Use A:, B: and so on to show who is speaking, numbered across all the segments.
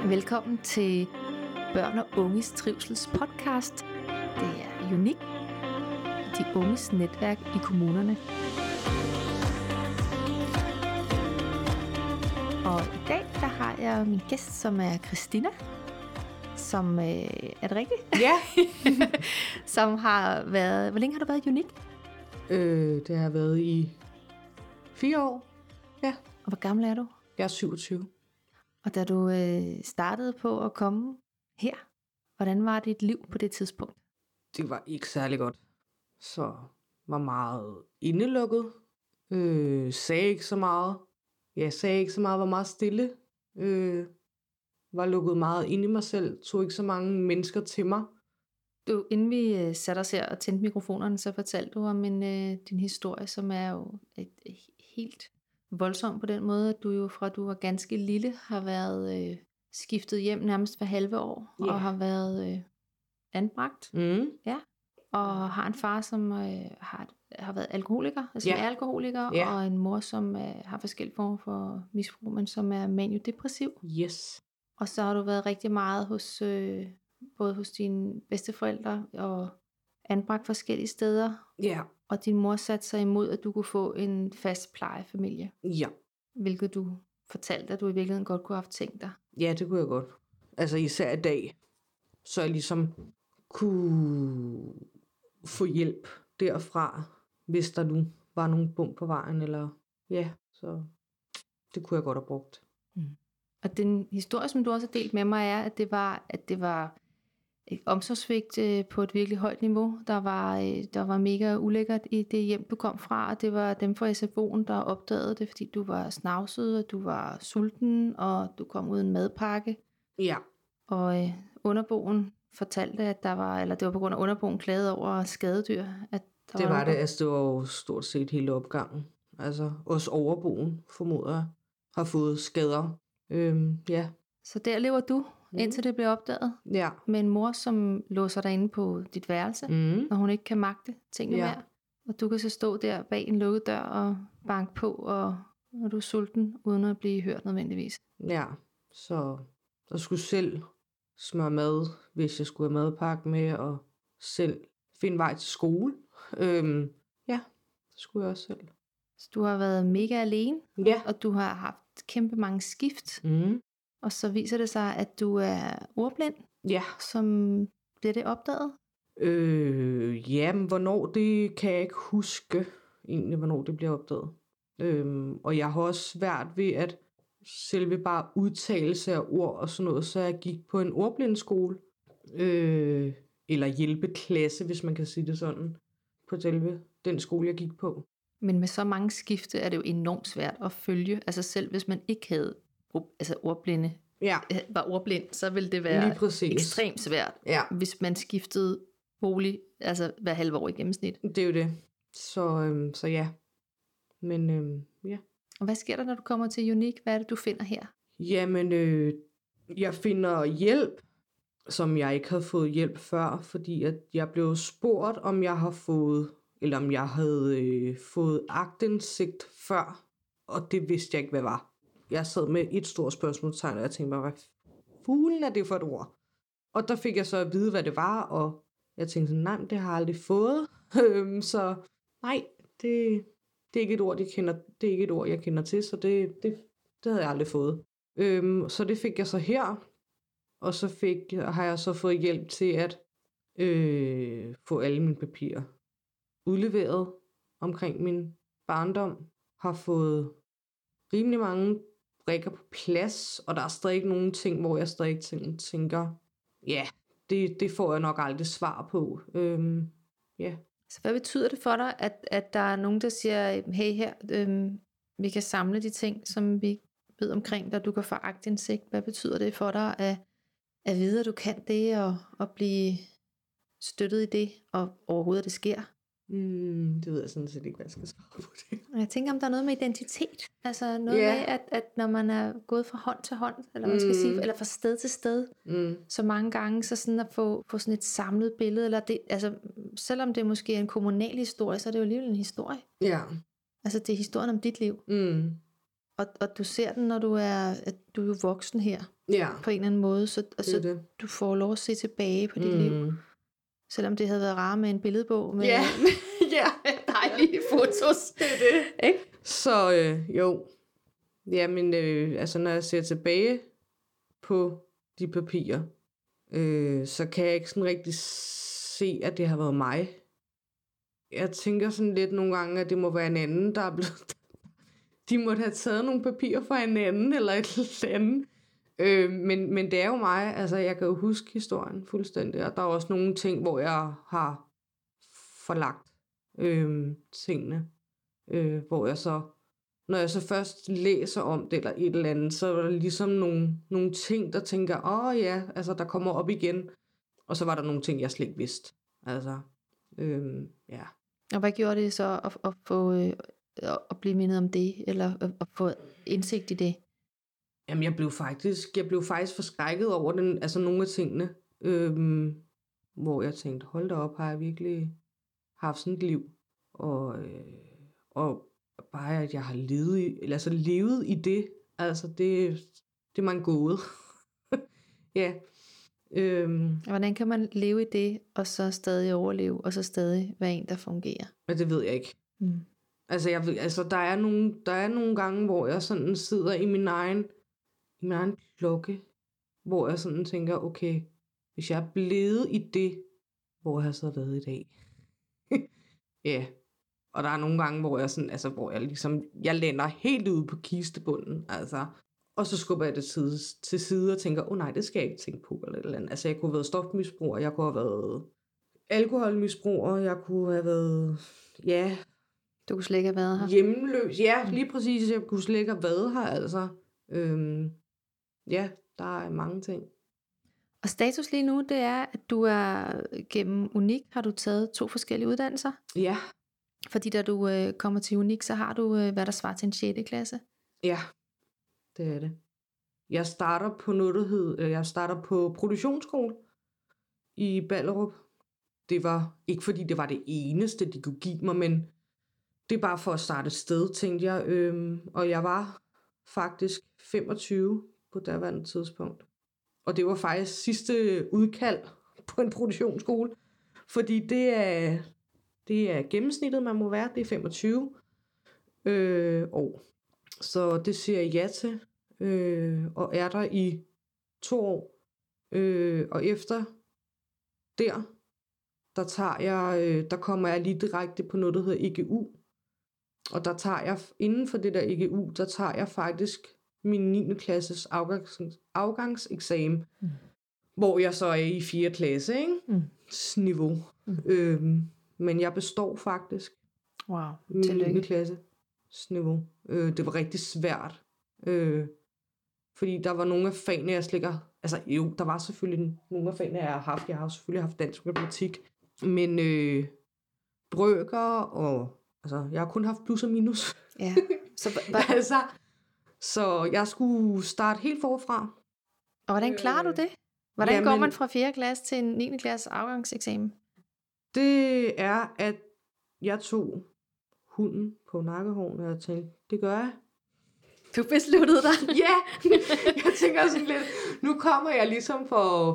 A: Velkommen til Børn og Unges Trivsels podcast. Det er Unik, de unges netværk i kommunerne. Og i dag der har jeg min gæst, som er Christina, som er det rigtigt?
B: Ja.
A: Som har været, hvor længe har du været i Unik?
B: Det har været i 4 år. Ja.
A: Og hvor gammel er du?
B: Jeg er 27.
A: Og da du startede på at komme her, hvordan var dit liv på det tidspunkt?
B: Det var ikke særlig godt. Så var meget indelukket. Sagde ikke så meget. Var meget stille. Var lukket meget ind i mig selv. Tog ikke så mange mennesker til mig.
A: Inden vi satte os her og tændte mikrofonerne, så fortalte du om din historie, som er jo helt voldsom på den måde, at du jo fra du var ganske lille har været skiftet hjem nærmest hver halve år, og har været anbragt. Ja. Og har en far, som har været alkoholiker, altså er alkoholiker, og en mor, som har forskellige former for misbrug, men som er maniodepressiv.
B: Yes.
A: Og så har du været rigtig meget hos både hos dine bedsteforældre og anbragt forskellige steder.
B: Ja.
A: Og din mor satte sig imod, at du kunne få en fast plejefamilie.
B: Ja.
A: Hvilket du fortalte, at du i virkeligheden godt kunne have tænkt dig.
B: Ja, det kunne jeg godt. Altså især i dag, så jeg ligesom kunne få hjælp derfra, hvis der nu var nogen bump på vejen, eller så det kunne jeg godt have brugt.
A: Og den historie, som du også har delt med mig, er, at det var et omsorgssvigt på et virkelig højt niveau. Der var mega ulækkert i det hjem, du kom fra, og det var dem fra SFO'en, der opdagede det, fordi du var snavset, og du var sulten, og du kom uden madpakke.
B: Ja.
A: Og underboen fortalte, at det var på grund af underboen klagede over skadedyr. At
B: det var det, altså det var jo stort set hele opgangen. Altså også overboen, formoder jeg, har fået skader. Ja.
A: Så der lever du, indtil det bliver opdaget.
B: Ja.
A: Med en mor, som låser dig inde på dit værelse, når hun ikke kan magte tingene mere. Og du kan så stå der bag en lukket dør og banke på, og du er sulten, uden at blive hørt nødvendigvis.
B: Ja, så jeg skulle selv smøre mad, hvis jeg skulle have madpakke med, og selv finde vej til skole. Det skulle jeg også selv.
A: Så du har været mega alene, og du har haft kæmpe mange skift. Og så viser det sig, at du er ordblind, som bliver det opdaget?
B: Men hvornår, det kan jeg ikke huske, egentlig, hvornår det bliver opdaget. Og jeg har også svært ved at selve bare udtalelse af ord og sådan noget, så jeg gik på en ordblindskole, eller hjælpeklasse, hvis man kan sige det sådan, på selve den skole, jeg gik på.
A: Men med så mange skifte er det jo enormt svært at følge. Altså selv hvis man ikke havde ordblinde, var ordblind, så ville det være ekstremt svært, hvis man skiftede bolig, altså hver halve år i gennemsnit.
B: Det er jo det. Så ja. Men ja.
A: Og hvad sker der, når du kommer til Unik? Hvad er det, du finder her?
B: Jamen, jeg finder hjælp, som jeg ikke havde fået hjælp før, fordi at jeg blev spurgt, om jeg har fået, eller om jeg havde fået aktindsigt før, og det vidste jeg ikke, hvad var. Jeg sad med et stort spørgsmålstegn, og jeg tænkte bare, hvad fuglen er det for et ord? Og der fik jeg så at vide, hvad det var, og jeg tænkte sådan, nej, det har jeg aldrig fået. Så nej, det er ikke et ord, det er ikke et ord, jeg kender til, så det havde jeg aldrig fået. Så det fik jeg så her, og så har jeg så fået hjælp til at få alle mine papirer udleveret omkring min barndom. Har fået rimelig mange brikker på plads, og der er stadig ikke nogen ting, hvor jeg stadig tænker, det får jeg nok aldrig svar på.
A: Så hvad betyder det for dig, at der er nogen, der siger, hey her, vi kan samle de ting, som vi ved omkring dig, du kan få aktindsigt. Hvad betyder det for dig at vide, at du kan det, og blive støttet i det, og overhovedet det sker?
B: Det ved jeg sådan set ikke, hvad jeg skal svare på det.
A: Jeg tænker, om der er noget med identitet. Altså noget med, at når man er gået fra hånd til hånd, eller man skal sige, eller fra sted til sted, så mange gange, så sådan at få sådan et samlet billede, eller det, altså selvom det måske er en kommunal historie, så er det jo alligevel en historie.
B: Ja.
A: Altså det er historien om dit liv. Og du ser den, når at du er jo voksen her,
B: Ja,
A: på en eller anden måde, så
B: det er
A: altså,
B: det.
A: du får lov at se tilbage på dit liv, selvom det havde været rart med en billedbog med
B: Ja, ja.
A: dejlige fotos.
B: Det er det.
A: Ikke?
B: Så jo. Jamen, altså når jeg ser tilbage på de papirer, så kan jeg ikke sådan rigtig se, at det har været mig. Jeg tænker sådan lidt nogle gange, at det må være en anden, der er blevet... De måtte have taget nogle papirer fra en anden, eller et eller andet. Men det er jo mig, altså jeg kan jo huske historien fuldstændig, og der er også nogle ting, hvor jeg har forlagt tingene, hvor jeg så, når jeg så først læser om det, eller et eller andet, så er der ligesom nogle ting, der tænker, ja, altså der kommer op igen, og så var der nogle ting, jeg slet ikke vidste, altså, ja.
A: Og hvad gjorde det så at få at blive mindet om det, eller at få indsigt i det?
B: Jamen, jeg blev faktisk forskrækket over altså nogle af tingene, hvor jeg tænkte, hold da op, har jeg virkelig haft sådan et liv, og bare at jeg har levet i det, altså det er mig en gåde. Ja.
A: Hvordan kan man leve i det, og så stadig overleve, og så stadig være en, der fungerer?
B: Men det ved jeg ikke. Altså, der er nogle gange, hvor jeg sådan sidder i min egen klokke, hvor jeg sådan tænker, okay, hvis jeg er blevet i det, hvor jeg har så været i dag. Ja. Og der er nogle gange, hvor jeg sådan, altså, hvor jeg lander helt ude på kistebunden, altså. Og så skubber jeg det til side og tænker, nej, det skal jeg ikke tænke på, eller et eller andet. Altså, jeg kunne have været stofmisbruger, jeg kunne have været alkoholmisbruger, jeg kunne have været, ja...
A: Du kunne slet ikke have været her.
B: Hjemløs, ja, lige præcis. Jeg kunne slet ikke have været her, altså. Ja, der er mange ting.
A: Og status lige nu, det er, at du er gennem UNIC, har du taget 2 forskellige uddannelser.
B: Ja.
A: Fordi da du kommer til UNIC, så har du, hvad der svarer til en 6. klasse.
B: Ja, det er det. Jeg starter på produktionsskole i Ballerup. Det var ikke fordi det var det eneste, de kunne give mig, men det er bare for at starte et sted, tænkte jeg. Og jeg var faktisk 25 på daværende tidspunkt. Og det var faktisk sidste udkald på en produktionsskole. Fordi det er gennemsnittet, man må være. Det er 25 år. Så det siger jeg ja til. Og er der i 2 år. Og efter der kommer jeg lige direkte på noget, der hedder EGU. Og der tager jeg, inden for det der EGU, der tager jeg faktisk min 9. klasses afgangseksamen, hvor jeg så er i 4. klasse, ikke? Niveau. Men jeg består faktisk.
A: Wow,
B: min 9. klasse niveau. Det var rigtig svært. Fordi der var nogle af fagene, jeg slet ikke har... Altså jo, der var selvfølgelig nogle af fagene, jeg har haft. Jeg har selvfølgelig haft dansk og matematik. Men brøker og... Altså, jeg har kun haft plus og minus.
A: Ja.
B: Så jeg skulle starte helt forfra.
A: Og hvordan klarer du det? Hvordan går man fra 4. klasse til en 9. klasse afgangseksamen?
B: Det er, at jeg tog hunden på nakkehåren, og jeg tænkte, det gør jeg.
A: Du besluttede dig?
B: Ja, jeg tænker sådan lidt, nu kommer jeg ligesom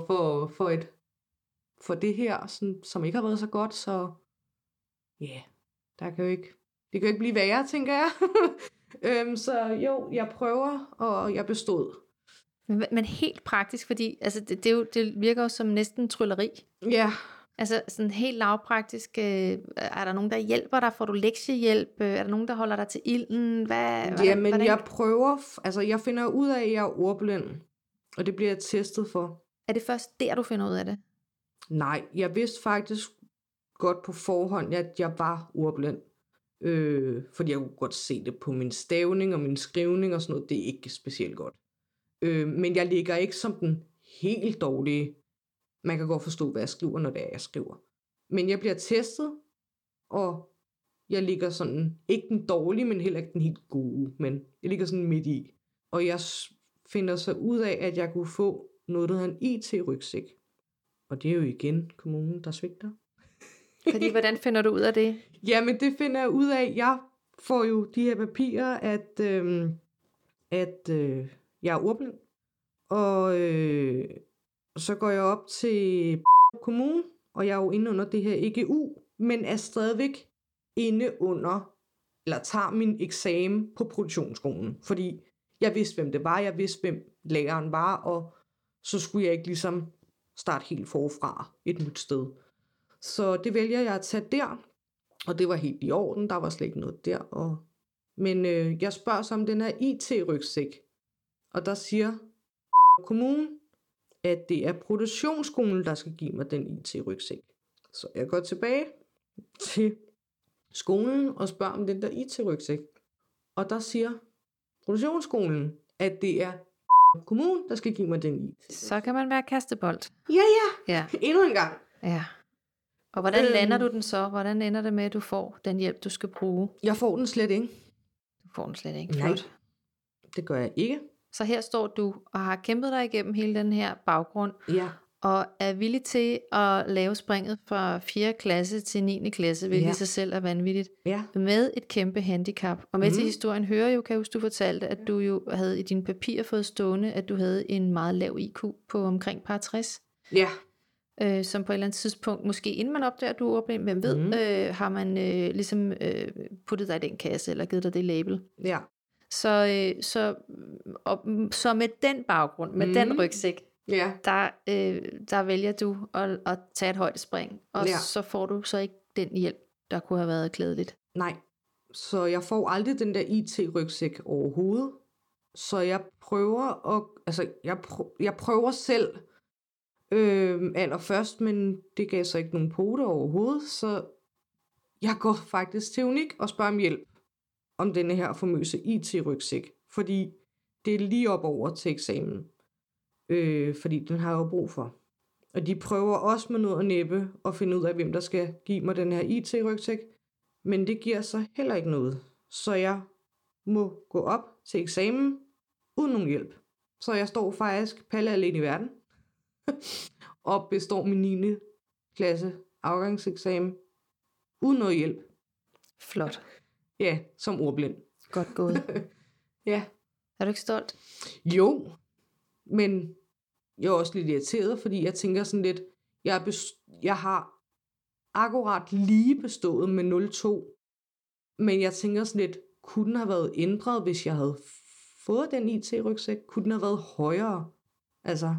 B: for det her, sådan, som ikke har været så godt, så ja, det kan jo ikke blive værre, tænker jeg. Så jo, jeg prøver, og jeg bestod.
A: Men helt praktisk, fordi altså, det virker jo som næsten trylleri.
B: Ja.
A: Altså sådan helt lavpraktisk, er der nogen, der hjælper dig? Får du lektiehjælp? Er der nogen, der holder dig til ilden?
B: Jamen, jeg prøver, altså jeg finder ud af, at jeg er ordblind, og det bliver jeg testet for.
A: Er det først der, du finder ud af det?
B: Nej, jeg vidste faktisk godt på forhånd, at jeg var ordblind. Fordi jeg kunne godt se det på min stavning og min skrivning og sådan noget. Det er ikke specielt godt. Men jeg ligger ikke som den helt dårlige. Man kan godt forstå, hvad jeg skriver, når det er, jeg skriver. Men jeg bliver testet, og jeg ligger sådan, ikke den dårlige, men heller ikke den helt gode. Men jeg ligger sådan midt i. Og jeg finder så ud af, at jeg kunne få noget, der hedder en IT-rygsæk. Og det er jo igen kommunen, der svigter.
A: Fordi, hvordan finder du ud af det?
B: Jamen, det finder jeg ud af. Jeg får jo de her papirer, at at jeg er ordblind. Og så går jeg op til kommune, og jeg er jo inde under det her EGU, men er stadigvæk inde under, eller tager min eksamen på produktionsskolen. Fordi jeg vidste, hvem det var, jeg vidste, hvem læreren var, og så skulle jeg ikke ligesom starte helt forfra et nyt sted. Så det vælger jeg at tage der, og det var helt i orden, der var slet ikke noget der. Men jeg spørger så om den her IT-rygsæk, og der siger kommunen, at det er produktionsskolen, der skal give mig den IT-rygsæk. Så jeg går tilbage til skolen og spørger om den der IT-rygsæk. Og der siger produktionsskolen, at det er kommunen, der skal give mig den IT.
A: Så kan man være kastebold.
B: Ja. Endnu en gang.
A: Ja. Og hvordan lander du den så? Hvordan ender det med, at du får den hjælp, du skal bruge?
B: Jeg får den slet ikke.
A: Du får den slet ikke.
B: Nej,
A: Flot.
B: det gør jeg ikke.
A: Så her står du og har kæmpet dig igennem hele den her baggrund,
B: Ja.
A: og er villig til at lave springet fra 4. klasse til 9. klasse, hvilket i sig selv er vanvittigt,
B: Ja.
A: med et kæmpe handicap. Og med til historien hører jo, kan jeg huske, du fortalte, at du jo havde i dine papirer fået stående, at du havde en meget lav IQ på omkring par 60.
B: Ja.
A: Som på et eller andet tidspunkt, måske inden man opdager, at du er ordblind, hvem ved, har man ligesom puttet dig i den kasse, eller givet dig det label.
B: Ja.
A: Så med den baggrund, med den rygsæk,
B: Ja.
A: der vælger du at tage et højdespring, og så får du så ikke den hjælp, der kunne have været klædeligt.
B: Nej. Så jeg får aldrig den der IT-rygsæk overhovedet. Så jeg prøver jeg prøver selv allerførst, men det gav så ikke nogen pote overhovedet, så jeg går faktisk til Unik og spørger om hjælp om denne her famøse IT-rygsæk, fordi det er lige op over til eksamen, fordi den har jeg jo brug for. Og de prøver også med noget at næppe og finde ud af, hvem der skal give mig den her IT-rygsæk, men det giver så heller ikke noget. Så jeg må gå op til eksamen uden nogen hjælp. Så jeg står faktisk palle alene i verden og består min 9. klasse afgangseksamen uden noget hjælp.
A: Flot.
B: Ja, som ordblind.
A: Godt gået.
B: Ja.
A: Er du ikke stolt?
B: Jo, men jeg er også lidt irriteret, fordi jeg tænker sådan lidt, jeg har akkurat lige bestået med 0,2, men jeg tænker sådan lidt, kunne den have været ændret, hvis jeg havde fået den IT-rygsæk? Kunne den have været højere? Altså,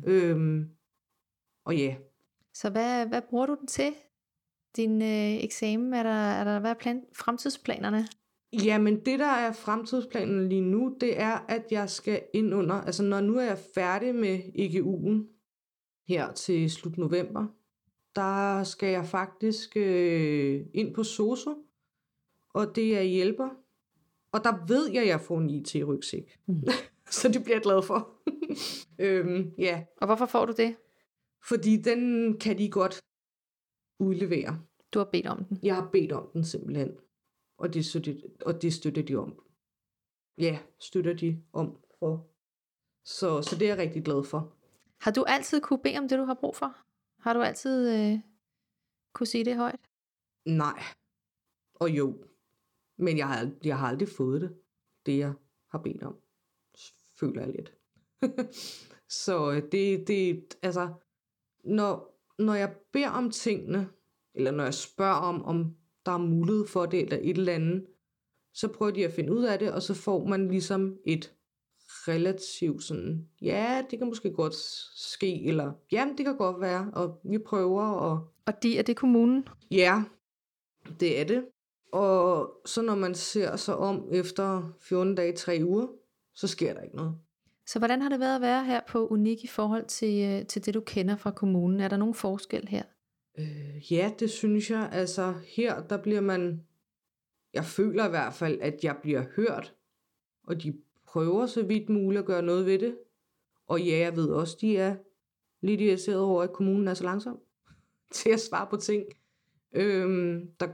B: og ja.
A: Så hvad bruger du den til? Din eksamen, hvad er fremtidsplanerne?
B: Jamen, det der er fremtidsplanerne lige nu, det er, at jeg skal ind under, altså når nu er jeg færdig med EGU'en her til slut november, der skal jeg faktisk ind på SOSU, og det er hjælper. Og der ved jeg, at jeg får en IT-rygsæk. Så det bliver jeg glad for. Ja.
A: Og hvorfor får du det?
B: Fordi den kan de godt udlevere.
A: Du har bedt om den?
B: Jeg har bedt om den simpelthen. Og det støtter de om. Ja, støtter de om for. Så det er jeg rigtig glad for.
A: Har du altid kunne bede om det, du har brug for? Har du altid kunne sige det højt?
B: Nej. Og jo. Men jeg har aldrig fået det jeg har bedt om. Føler jeg lidt. Så det altså, når jeg beder om tingene, eller når jeg spørger om der er mulighed for det, eller et eller andet, så prøver de at finde ud af det, og så får man ligesom et relativt sådan, ja, det kan måske godt ske, eller jamen, det kan godt være, og vi prøver.
A: Og er det kommunen?
B: Ja, det er det. Og så når man ser sig om efter 14 dage, 3 uger, så sker der ikke noget.
A: Så hvordan har det været at være her på Unik i forhold til det, du kender fra kommunen? Er der nogen forskel her?
B: Ja, det synes jeg. Altså her, der bliver man, jeg føler i hvert fald, at jeg bliver hørt, og de prøver så vidt muligt at gøre noget ved det. Og ja, jeg ved også, de er lidt irriteret over, at kommunen er så langsom til at svare på ting. Der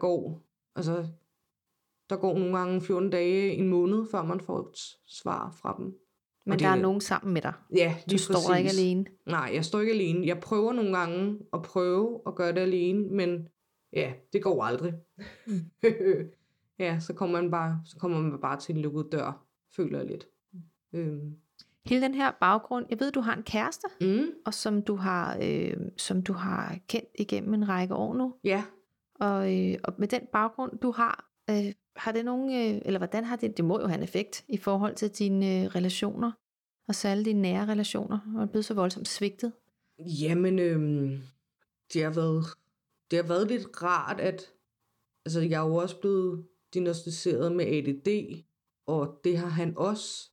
B: går nogle gange 14 dage, en måned, før man får et svar fra dem.
A: Men der er nogen sammen med dig?
B: Ja,
A: du står ikke alene?
B: Nej, jeg står ikke alene. Jeg prøver nogle gange at gøre det alene, men ja, det går aldrig. Ja, så kommer man bare til en lukket dør, føler jeg lidt.
A: Hele den her baggrund, jeg ved, du har en kæreste, og som du har kendt igennem en række år nu.
B: Ja.
A: Og med den baggrund, du har det nogen, eller hvordan har det må jo have en effekt i forhold til dine relationer, og særligt dine nære relationer, og er blevet så voldsomt svigtet?
B: Jamen, det har været lidt rart, at altså, jeg er jo også blevet diagnosticeret med ADD, og det har han også.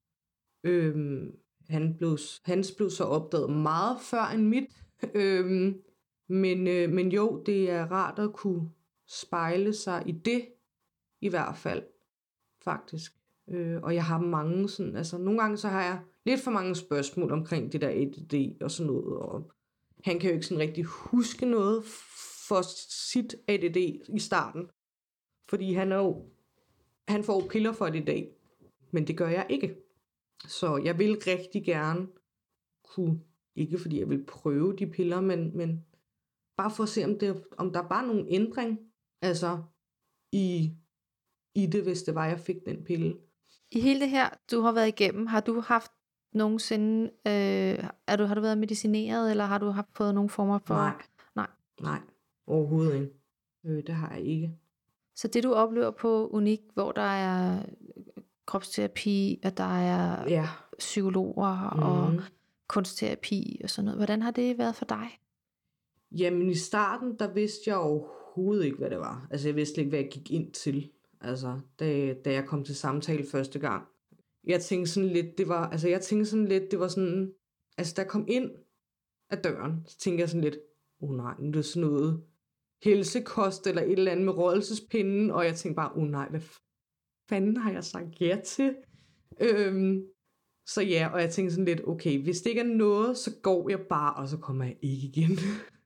B: Hans blev så opdaget meget før end mit. Men jo, det er rart at kunne spejle sig i det, i hvert fald, faktisk. Og jeg har mange sådan, altså nogle gange så har jeg lidt for mange spørgsmål omkring det der ADD og sådan noget, og han kan jo ikke sådan rigtig huske noget for sit ADD i starten, fordi han får piller for det i dag, men det gør jeg ikke. Så jeg vil rigtig gerne kunne, ikke fordi jeg vil prøve de piller, men bare for at se, om der bare er nogen ændring, altså i det, hvis det var, jeg fik den pille.
A: I hele det her, du har været igennem, har du haft nogensinde, har du været medicineret, eller har du fået nogle former for...
B: Nej, overhovedet ikke. Det har jeg ikke.
A: Så det, du oplever på Unik, hvor der er kropsterapi, og der er psykologer og kunstterapi og sådan noget, hvordan har det været for dig?
B: Jamen i starten, der vidste jeg overhovedet ikke, hvad det var. Altså jeg vidste ikke, hvad jeg gik ind til. Altså, da jeg kom til samtale første gang. Jeg tænkte sådan lidt, det var sådan, altså da jeg kom ind af døren, så tænkte jeg sådan lidt, nej, nu er det sådan noget helsekost eller et eller andet med rådelsespinden, og jeg tænkte bare, nej, hvad fanden har jeg sagt ja til? Så ja, og jeg tænkte sådan lidt, okay, hvis det ikke er noget, så går jeg bare, og så kommer jeg ikke igen.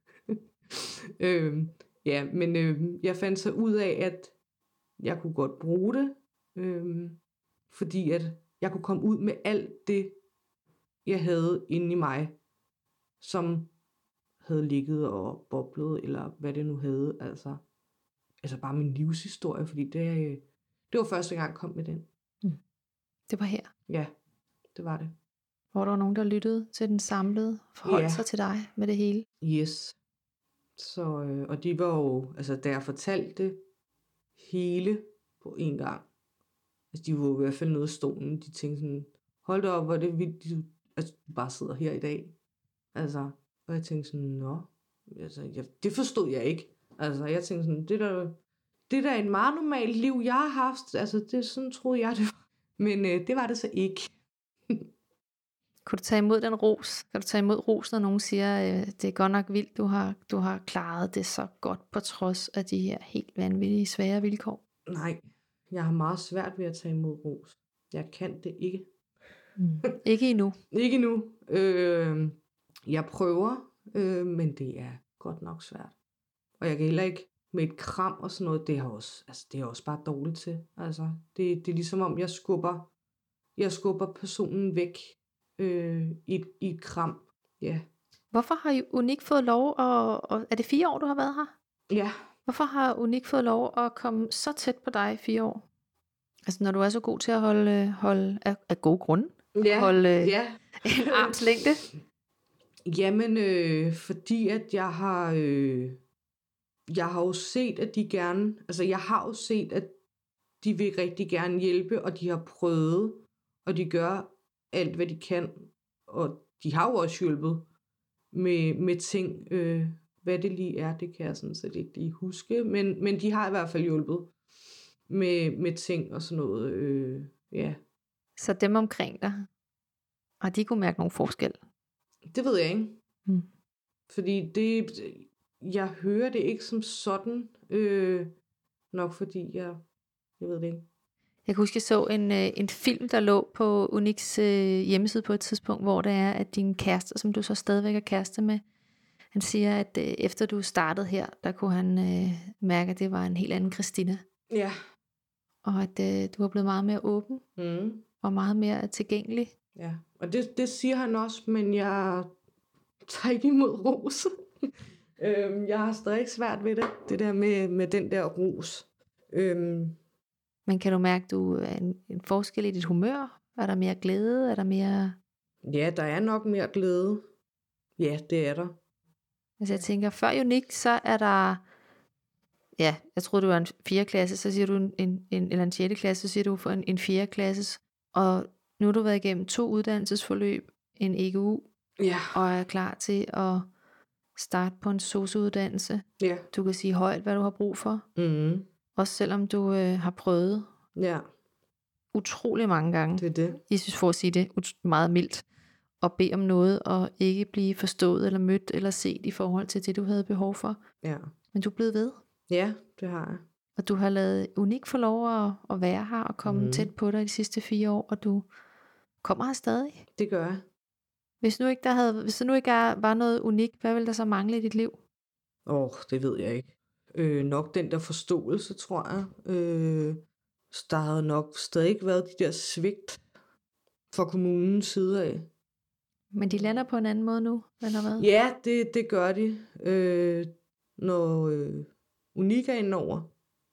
B: Men jeg fandt så ud af, at jeg kunne godt bruge det, fordi at jeg kunne komme ud med alt det, jeg havde inde i mig, som havde ligget og boblet, eller hvad det nu havde, altså bare min livshistorie, fordi det var første gang, jeg kom med den.
A: Det var her?
B: Ja, det var det.
A: Hvor der var nogen, der lyttede til den samlede, forholdt sig til dig med det hele?
B: Yes. Så, og de var jo, altså da jeg fortalte det hele på en gang, altså de var jo i hvert fald nede af stolen, de tænkte sådan, hold da op, hvor er det vildt, altså du bare sidder her i dag. Altså, og jeg tænkte sådan, altså, det forstod jeg ikke. Altså, jeg tænkte sådan, det der er et meget normalt liv, jeg har haft, altså det sådan troede jeg det var. Men det var det så ikke.
A: Kunne du tage imod den ros? Kan du tage imod ros, når nogen siger, det er godt nok vildt, du har klaret det så godt, på trods af de her helt vanvittige, svære vilkår?
B: Nej, jeg har meget svært ved at tage imod ros. Jeg kan det ikke.
A: Ikke endnu?
B: Ikke endnu. Jeg prøver, men det er godt nok svært. Og jeg kan heller ikke med et kram og sådan noget, det er også bare dårligt til. Altså, det er ligesom om, jeg skubber personen væk i et kram. Ja.
A: Hvorfor har Unik fået lov er det 4 år, du har været her?
B: Ja.
A: Hvorfor har Unik fået lov at komme så tæt på dig i 4 år? Altså, når du er så god til at holde af gode grunde, holde en arms længde?
B: Jamen, fordi at jeg har jo set, at de gerne, altså jeg har jo set, at de vil rigtig gerne hjælpe, og de har prøvet, og de gør alt, hvad de kan, og de har jo også hjulpet med ting, hvad det lige er, det kan jeg sådan set ikke lige huske, men de har i hvert fald hjulpet med ting og sådan noget, ja.
A: Så dem omkring dig, har de kunne mærke nogen forskel?
B: Det ved jeg ikke. Fordi jeg hører det ikke som sådan, nok fordi jeg ved det ikke.
A: Jeg kan huske, jeg så en film, der lå på Uniks hjemmeside på et tidspunkt, hvor det er, at din kæreste, som du så stadigvæk er kæreste med, han siger, at efter du startede her, der kunne han mærke, at det var en helt anden Christina.
B: Ja.
A: Og at du var blevet meget mere åben, og meget mere tilgængelig.
B: Ja, og det siger han også, men jeg tager ikke imod ros. Jeg har stadig svært ved det der med den der ros.
A: Men kan du mærke, at du er en forskel i dit humør? Er der mere glæde? Er der mere...
B: Ja, der er nok mere glæde. Ja, det er der.
A: Altså jeg tænker, før unik, så er der... Ja, jeg troede, du var en 4. klasse, så siger du eller en 6. klasse, så siger du for en 4. klasse. Og nu har du været igennem 2 uddannelsesforløb, en EGU,
B: Ja.
A: og er klar til at starte på en sosu-uddannelse.
B: Ja.
A: Du kan sige højt, hvad du har brug for.
B: Mm.
A: Også selvom du har prøvet utrolig mange gange.
B: Det er det.
A: Jeg synes, for at sige det meget mildt, at bede om noget, og ikke blive forstået, eller mødt, eller set i forhold til det, du havde behov for.
B: Ja.
A: Men du er blevet ved.
B: Ja, det har jeg.
A: Og du har lavet unik for lov at være her, og komme tæt på dig de sidste 4 år, og du kommer her stadig.
B: Det gør jeg.
A: Hvis der nu ikke var noget unikt, hvad ville der så mangle i dit liv?
B: Det ved jeg ikke. Nok den der forståelse, tror jeg. Der havde nok stadig ikke været de der svigt fra kommunens side af.
A: Men de lander på en anden måde nu, eller hvad?
B: Ja, det gør de. Når unik er indover,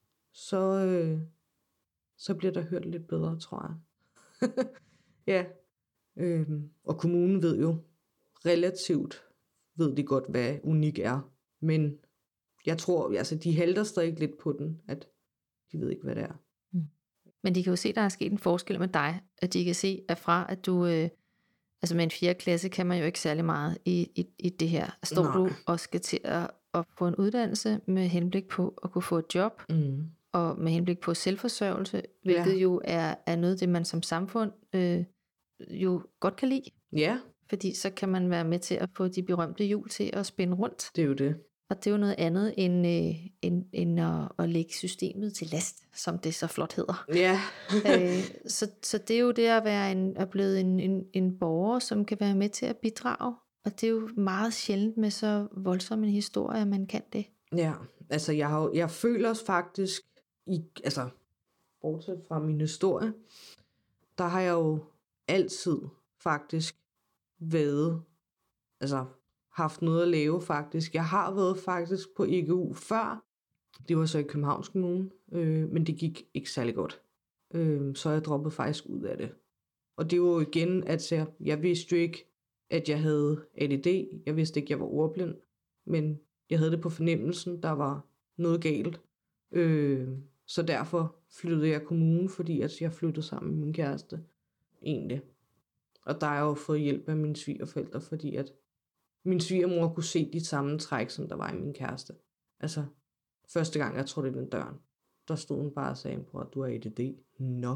B: så bliver der hørt lidt bedre, tror jeg. Ja. Og kommunen ved jo relativt, ved de godt, hvad unik er. Men jeg tror, altså de halter stadig lidt på den, at de ved ikke, hvad det er.
A: Men de kan jo se, der er sket en forskel med dig, at de kan se, at fra at du, altså med en 4. klasse, kan man jo ikke særlig meget i det her. Står du og skal til at få en uddannelse med henblik på at kunne få et job, og med henblik på selvforsørgelse, hvilket jo er noget af det, man som samfund jo godt kan lide.
B: Ja.
A: Fordi så kan man være med til at få de berømte hjul til at spænde rundt.
B: Det er jo det.
A: Og det er jo noget andet end at lægge systemet til last, som det så flot hedder.
B: Ja.
A: Så det er jo det at være blevet en borger, som kan være med til at bidrage. Og det er jo meget sjældent med så voldsom en historie, at man kan det.
B: Ja, altså jeg føler os faktisk, bortset fra min historie, der har jeg jo altid faktisk været, haft noget at lave faktisk. Jeg har været faktisk på EGU før. Det var så i Københavns Kommune, men det gik ikke særlig godt. Så jeg droppede faktisk ud af det. Og det var jo igen, at jeg vidste jo ikke, at jeg havde ADD. Jeg vidste ikke, at jeg var ordblind. Men jeg havde det på fornemmelsen, der var noget galt. Så derfor flyttede jeg kommunen, fordi at jeg flyttede sammen med min kæreste. Egentlig. Og der har jeg jo fået hjælp af mine svigerforældre, fordi at min svigermor kunne se de samme træk, som der var i min kæreste. Altså, første gang jeg trådte ind ad døren, der stod hun bare og sagde, bror, du har ADD. Nå.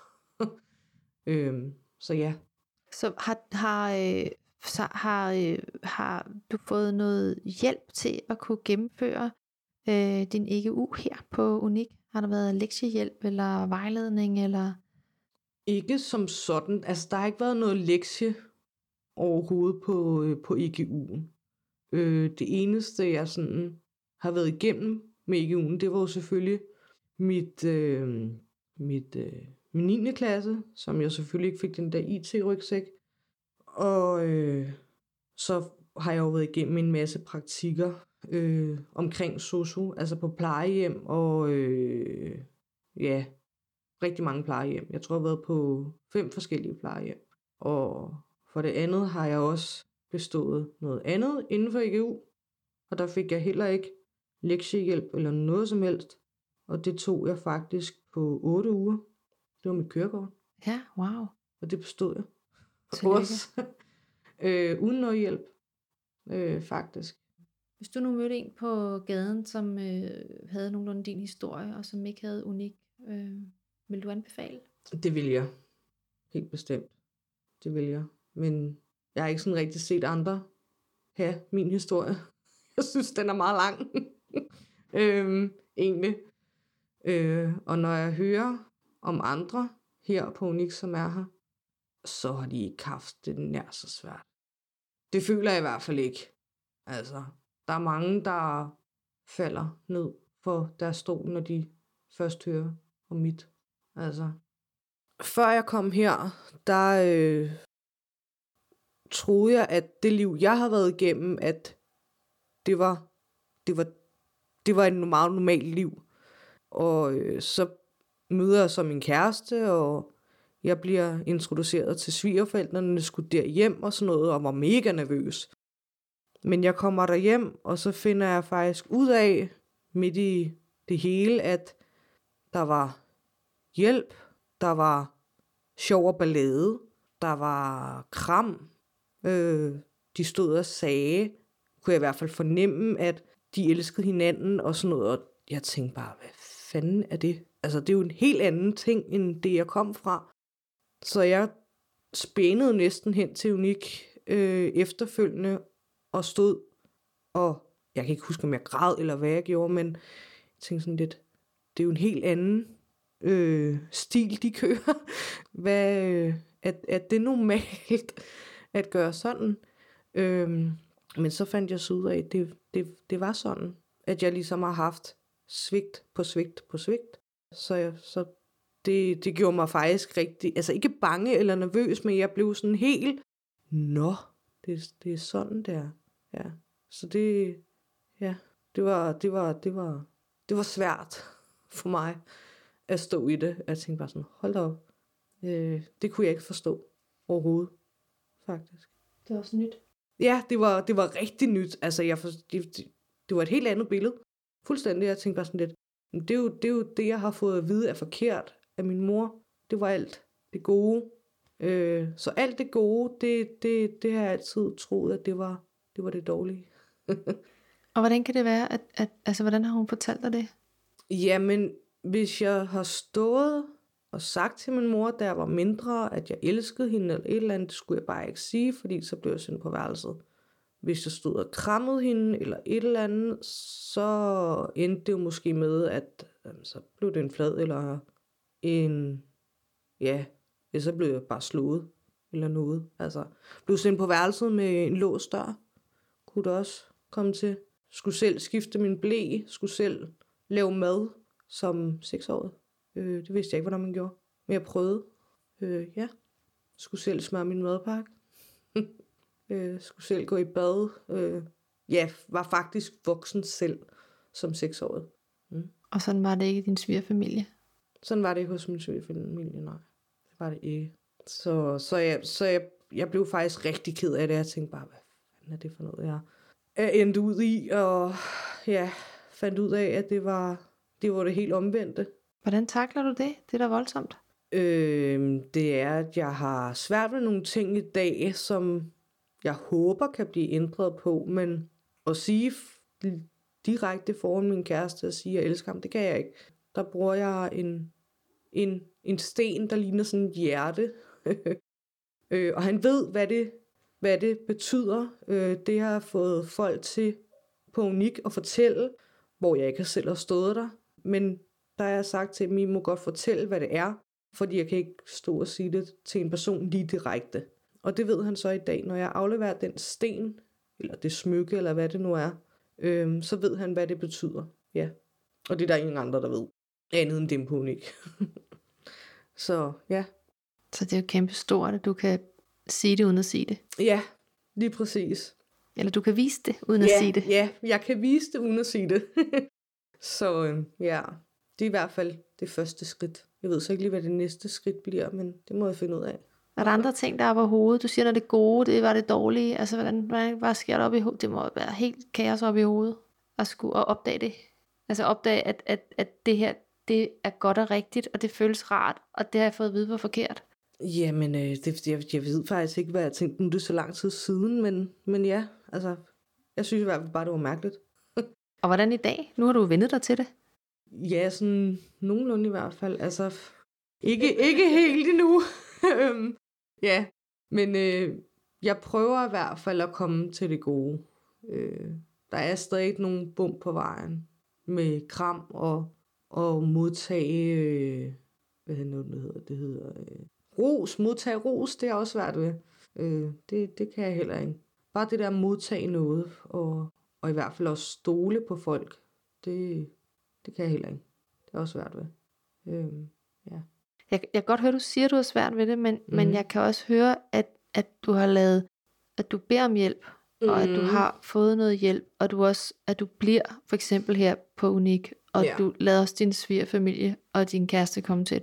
B: Så ja.
A: Så har du fået noget hjælp til at kunne gennemføre din EGU her på Unik? Har der været lektiehjælp eller vejledning? Eller?
B: Ikke som sådan. Altså, der har ikke været noget lektie overhovedet på EGU'en. Det eneste, jeg sådan har været igennem med EGU'en, det var jo selvfølgelig min 9. klasse, som jeg selvfølgelig ikke fik den der IT-rygsæk. Og så har jeg jo været igennem en masse praktikker omkring sosu, altså på plejehjem og rigtig mange plejehjem. Jeg tror, jeg har været på 5 forskellige plejehjem. Og for det andet har jeg også bestået noget andet inden for EGU, og der fik jeg heller ikke lektiehjælp eller noget som helst. Og det tog jeg faktisk på 8 uger. Det var mit kørekort.
A: Ja, wow.
B: Og det bestod jeg.
A: Tillykke.
B: Uden noget hjælp, faktisk.
A: Hvis du nu mødte en på gaden, som havde nogenlunde din historie, og som ikke havde unik, vil du anbefale?
B: Det vil jeg. Helt bestemt. Det vil jeg. Men jeg har ikke sådan rigtig set andre have min historie. Jeg synes, den er meget lang. Egentlig. Og når jeg hører om andre her på Unik, som er her, så har de ikke haft det nær så svært. Det føler jeg i hvert fald ikke. Altså, der er mange, der falder ned for deres stol, når de først hører om mit. Altså, før jeg kom her, der troede jeg, at det liv, jeg havde været igennem, at det var et meget normalt liv. Og så møder jeg så min kæreste, og Jeg bliver introduceret til svigerforældrene, skulle derhjem og sådan noget, og var mega nervøs. Men jeg kommer derhjem, og så finder jeg faktisk ud af, midt i det hele, at der var hjælp, der var sjov og ballade, der var kram. De stod og sagde, kunne jeg i hvert fald fornemme, at de elskede hinanden og sådan noget. Og jeg tænkte bare, hvad fanden er det? Altså, det er jo en helt anden ting, end det jeg kom fra. Så jeg spænede næsten hen til Unik efterfølgende og stod, og jeg kan ikke huske, om jeg græd eller hvad jeg gjorde, men jeg tænkte sådan lidt, det er jo en helt anden stil, de kører. Er det normalt at gøre sådan? Men så fandt jeg så ud af, at det var sådan, at jeg ligesom har haft svigt på svigt på svigt. Så det gjorde mig faktisk rigtig, altså ikke bange eller nervøs, men jeg blev sådan helt, det er sådan der. Ja. Så det var svært for mig at stå i det. Jeg tænkte bare sådan, hold da op. Det kunne jeg ikke forstå overhovedet, faktisk.
A: Det var også nyt.
B: Ja, det var rigtig nyt. Altså, det var et helt andet billede. Fuldstændig. Jeg tænkte bare sådan lidt, det er jo det, jeg har fået at vide er forkert af min mor. Det var alt det gode. Så alt det gode, det har jeg altid troet, at det var det dårlige.
A: Og hvordan kan det være, altså hvordan har hun fortalt dig det?
B: Jamen, hvis jeg har stået og sagt til min mor, da jeg var mindre, at jeg elskede hende eller et eller andet, det skulle jeg bare ikke sige, fordi så blev jeg sendt på værelset. Hvis jeg stod og krammede hende eller et eller andet, så endte det jo måske med, at så blev det en flad eller så blev jeg bare slået eller noget. Altså, blev sendt på værelset med en låst dør, kunne det også komme til. Skulle selv skifte min ble, skulle selv lave mad som 6-årig. Det vidste jeg ikke, hvordan man gjorde. Men jeg prøvede. Skulle selv smøre min madpakke. Skulle selv gå i bad. Var faktisk voksen selv som 6-årig.
A: Og sådan var det ikke i din svigerfamilie?
B: Sådan var det ikke hos min svigerfamilie, nej. Det var det ikke. Så jeg blev faktisk rigtig ked af det. Jeg tænkte bare, hvad fanden er det for noget, jeg endte ud i. Og fandt ud af, at det var det helt omvendte.
A: Hvordan takler du det? Det er da voldsomt.
B: Det er, at jeg har svært med nogle ting i dag, som jeg håber kan blive ændret på, men at sige direkte foran min kæreste og sige, at jeg elsker ham, det kan jeg ikke. Der bruger jeg en sten, der ligner sådan et hjerte. Og han ved, hvad det betyder. Det har fået folk til på Unik at fortælle, hvor jeg ikke selv har stået der. Men der har jeg sagt til dem, I må godt fortælle, hvad det er, fordi jeg kan ikke stå og sige det til en person lige direkte. Og det ved han så i dag, når jeg afleverer den sten, eller det smykke, eller hvad det nu er, så ved han, hvad det betyder. Ja. Og det er der ingen andre, der ved. Andet end dem på Unik. Så ja.
A: Så det er jo kæmpe stort, at du kan sige det uden at sige det.
B: Ja, lige præcis.
A: Eller du kan vise det uden at sige det.
B: Ja, jeg kan vise det uden at sige det. Så det er i hvert fald det første skridt. Jeg ved så ikke lige, hvad det næste skridt bliver, men det må jeg finde ud af.
A: Er der andre ting, der er på hovedet? Du siger, når det gode, det var det dårlige. Altså, hvad sker der op i hovedet? Det må være helt kaos op i hovedet. At skulle opdage det. Altså opdage, at det her, det er godt og rigtigt, og det føles rart, og det har jeg fået at vide, hvor forkert.
B: Jamen, jeg ved faktisk ikke, hvad jeg tænkte, nu det er så lang tid siden, men ja, altså, jeg synes i hvert fald bare, det var mærkeligt.
A: Og hvordan i dag? Nu har du vendet dig til det.
B: Ja, sådan nogenlunde i hvert fald. Altså, ikke helt endnu. Ja, men jeg prøver i hvert fald at komme til det gode. Der er stadig nogle bump på vejen med kram og modtage, hvad det hedder, ros, modtage ros, det er også svært ved. Det kan jeg heller ikke. Bare det der modtage noget, og i hvert fald også stole på folk, det kan jeg heller ikke. Det er også svært ved. Ja.
A: Jeg kan godt høre, at du siger, at du har svært ved det, men jeg kan også høre, at du har lavet, at du beder om hjælp, og at du har fået noget hjælp, og at du bliver for eksempel her på Unik, og du lader også din svigerfamilie og din kæreste komme tæt på.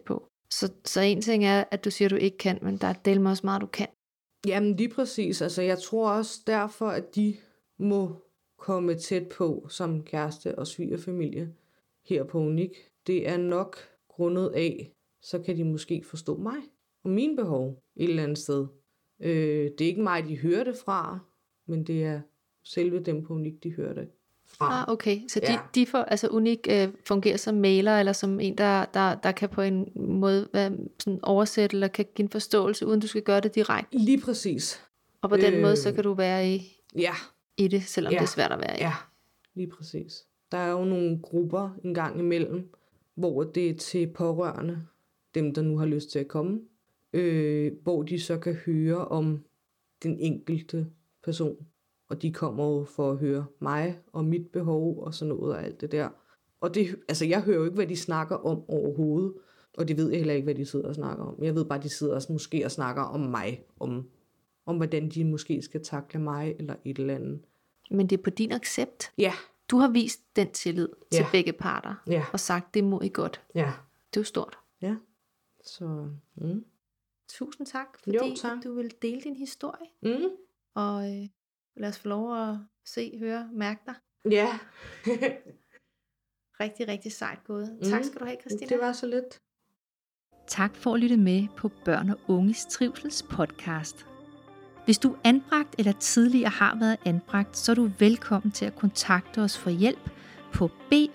A: Så en ting er, at du siger, at du ikke kan, men der er delt også meget, du kan.
B: Jamen lige præcis. Altså jeg tror også derfor, at de må komme tæt på som kæreste og svigerfamilie her på Unik. Det er nok grundet af, så kan de måske forstå mig og mine behov et eller andet sted. Det er ikke mig, de hører det fra, men det er selve dem på Unik, de hører det fra.
A: Okay, så de får, altså Unik fungerer som mailer, eller som en, der kan på en måde være sådan oversætte, eller kan give en forståelse, uden du skal gøre det direkte.
B: Lige præcis.
A: Og på den måde, så kan du være i det, selvom det er svært at være i.
B: Ja, lige præcis. Der er jo nogle grupper en gang imellem, hvor det er til pårørende, dem der nu har lyst til at komme, hvor de så kan høre om den enkelte person. Og de kommer jo for at høre mig og mit behov og sådan noget og alt det der. Og det, altså jeg hører jo ikke, hvad de snakker om overhovedet. Og det ved jeg heller ikke, hvad de sidder og snakker om. Jeg ved bare, at de sidder også måske og snakker om mig. Om hvordan de måske skal takle mig eller et eller andet.
A: Men det er på din accept.
B: Ja.
A: Du har vist den tillid til begge parter.
B: Ja.
A: Og sagt, det må I godt.
B: Ja.
A: Det er jo stort.
B: Ja. Så,
A: Tusind tak, fordi
B: tak.
A: du vil dele din historie. Og lad os få lov at se, høre, mærke dig.
B: Ja.
A: Rigtig, rigtig sejt gået. Tak skal du have, Christina.
B: Det var så lidt.
A: Tak for at lytte med på Børn og Unges Trivsels podcast. Hvis du er anbragt eller tidligere har været anbragt, så er du velkommen til at kontakte os for hjælp på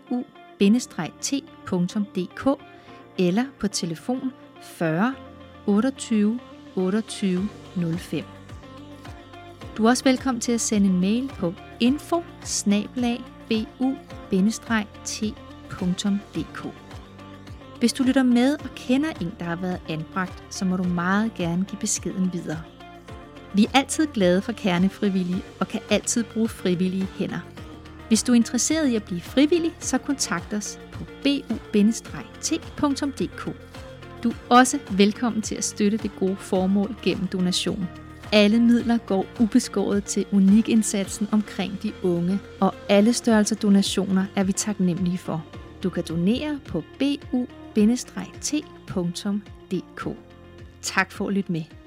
A: bu-t.dk eller på telefon 40 28 28 05. Du er også velkommen til at sende en mail på info@bu-t.dk. Hvis du lytter med og kender en, der har været anbragt, så må du meget gerne give beskeden videre. Vi er altid glade for kernefrivillige og kan altid bruge frivillige hænder. Hvis du er interesseret i at blive frivillig, så kontakt os på bu-t.dk. Du er også velkommen til at støtte det gode formål gennem donation. Alle midler går ubeskåret til Unik-indsatsen omkring de unge, og alle størrelser donationer er vi taknemmelige for. Du kan donere på bu-t.dk. Tak for at lytte med.